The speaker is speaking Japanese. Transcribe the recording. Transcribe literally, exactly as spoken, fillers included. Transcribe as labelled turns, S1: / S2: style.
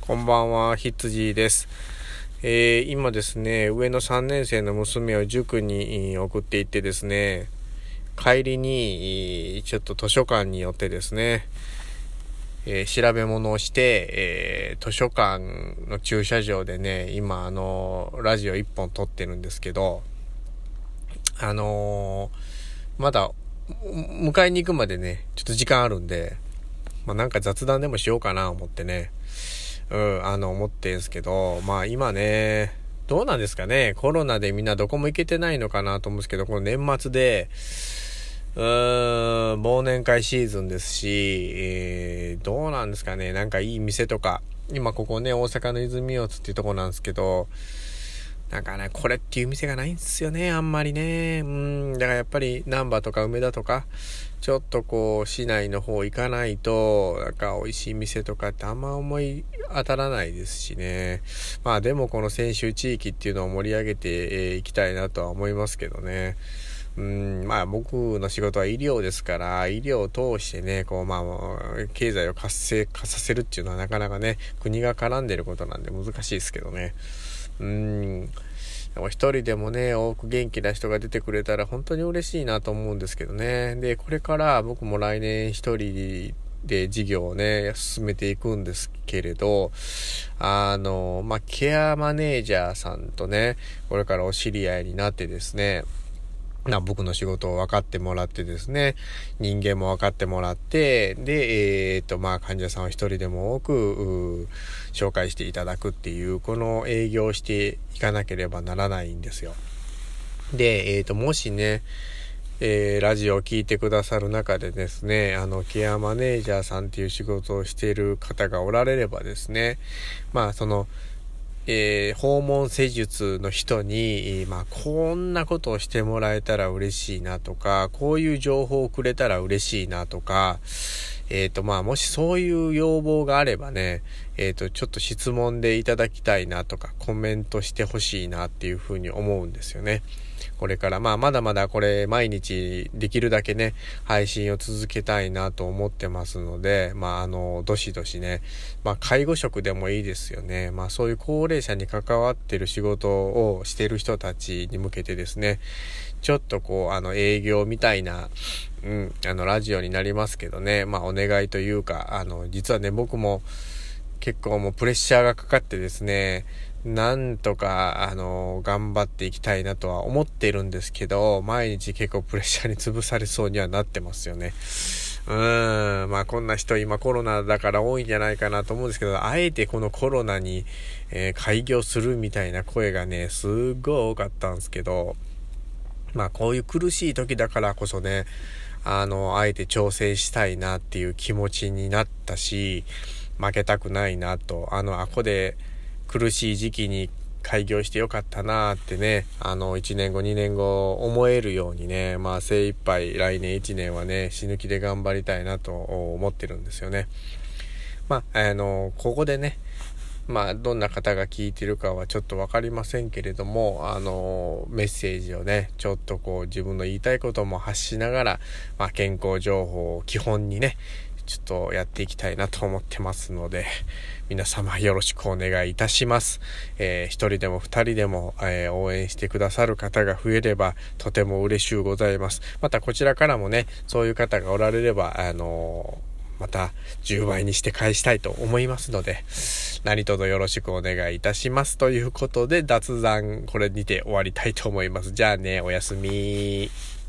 S1: こんばんは、ひつじです。えー、今ですね、上のさんねん生の娘を塾に送っていってですね、帰りにちょっと図書館に寄ってですね、えー、調べ物をして、えー、図書館の駐車場でね、今あのラジオいっぽん撮ってるんですけど、あのー、まだ迎えに行くまでね、ちょっと時間あるんで、まあ、なんか雑談でもしようかな思ってね、うん、あの、思ってんすけど、まあ今ね、どうなんですかね、コロナでみんなどこも行けてないのかなと思うんですけど、この年末で、うーん、忘年会シーズンですし、えー、どうなんですかね、なんかいい店とか、今ここね、大阪の泉大津っていうとこなんですけど、なんかね、これっていう店がないんですよね、あんまりね。うん、だからやっぱり難波とか梅田とか、ちょっとこう市内の方行かないとなんか美味しい店とかってあんま思い当たらないですしね。まあでもこの泉州地域っていうのを盛り上げていきたいなとは思いますけどね。うん、まあ僕の仕事は医療ですから、医療を通してね、こうまあ経済を活性化させるっていうのはなかなかね、国が絡んでることなんで難しいですけどね。うん。でも一人でもね、多く元気な人が出てくれたら本当に嬉しいなと思うんですけどね。で、これから僕も来年一人で事業をね、進めていくんですけれど、あの、まあ、ケアマネージャーさんとね、これからお知り合いになってですね、な僕の仕事を分かってもらってですね、人間も分かってもらって、で、えー、っと、まあ、患者さんを一人でも多く、紹介していただくっていう、この営業をしていかなければならないんですよ。で、えー、っと、もしね、えー、ラジオを聞いてくださる中でですね、あの、ケアマネージャーさんっていう仕事をしている方がおられればですね、まあ、その、えー、訪問施術の人に、まあ、こんなことをしてもらえたら嬉しいなとか、こういう情報をくれたら嬉しいなとか、えっと、まあ、もしそういう要望があればね、えっと、ちょっと質問でいただきたいなとか、コメントしてほしいなっていうふうに思うんですよね。これから、まあ、まだまだこれ、毎日できるだけね、配信を続けたいなと思ってますので、まあ、あの、どしどしね、まあ、介護職でもいいですよね。まあ、そういう高齢者に関わってる仕事をしている人たちに向けてですね、ちょっとこう、あの、営業みたいな、うん、あの、ラジオになりますけどね、まあ、お願いというか、あの、実はね、僕も結構もうプレッシャーがかかってですね、なんとか、あの、頑張っていきたいなとは思っているんですけど、毎日結構プレッシャーに潰されそうにはなってますよね。うーん、まあこんな人今コロナだから多いんじゃないかなと思うんですけど、あえてこのコロナに、えー、開業するみたいな声がね、すっごい多かったんですけど、まあこういう苦しい時だからこそね、あの、あえて挑戦したいなっていう気持ちになったし、負けたくないなと、あの、あこで苦しい時期に開業してよかったなってね、あの、いちねんご、にねんご思えるようにね、まあ精一杯来年いちねんはね、死ぬ気で頑張りたいなと思ってるんですよね。まあ、あの、ここでね、まあ、どんな方が聞いてるかはちょっとわかりませんけれども、あの、メッセージをね、ちょっとこう自分の言いたいことも発しながら、まあ、健康情報を基本にね、ちょっとやっていきたいなと思ってますので、皆様よろしくお願いいたします。えー、一人でも二人でも、えー、応援してくださる方が増えればとても嬉しゅうございます。またこちらからもね、そういう方がおられれば、あのーまたじゅうばいにして返したいと思いますので、何卒よろしくお願いいたしますということで、雑談これにて終わりたいと思います。じゃあね、おやすみ。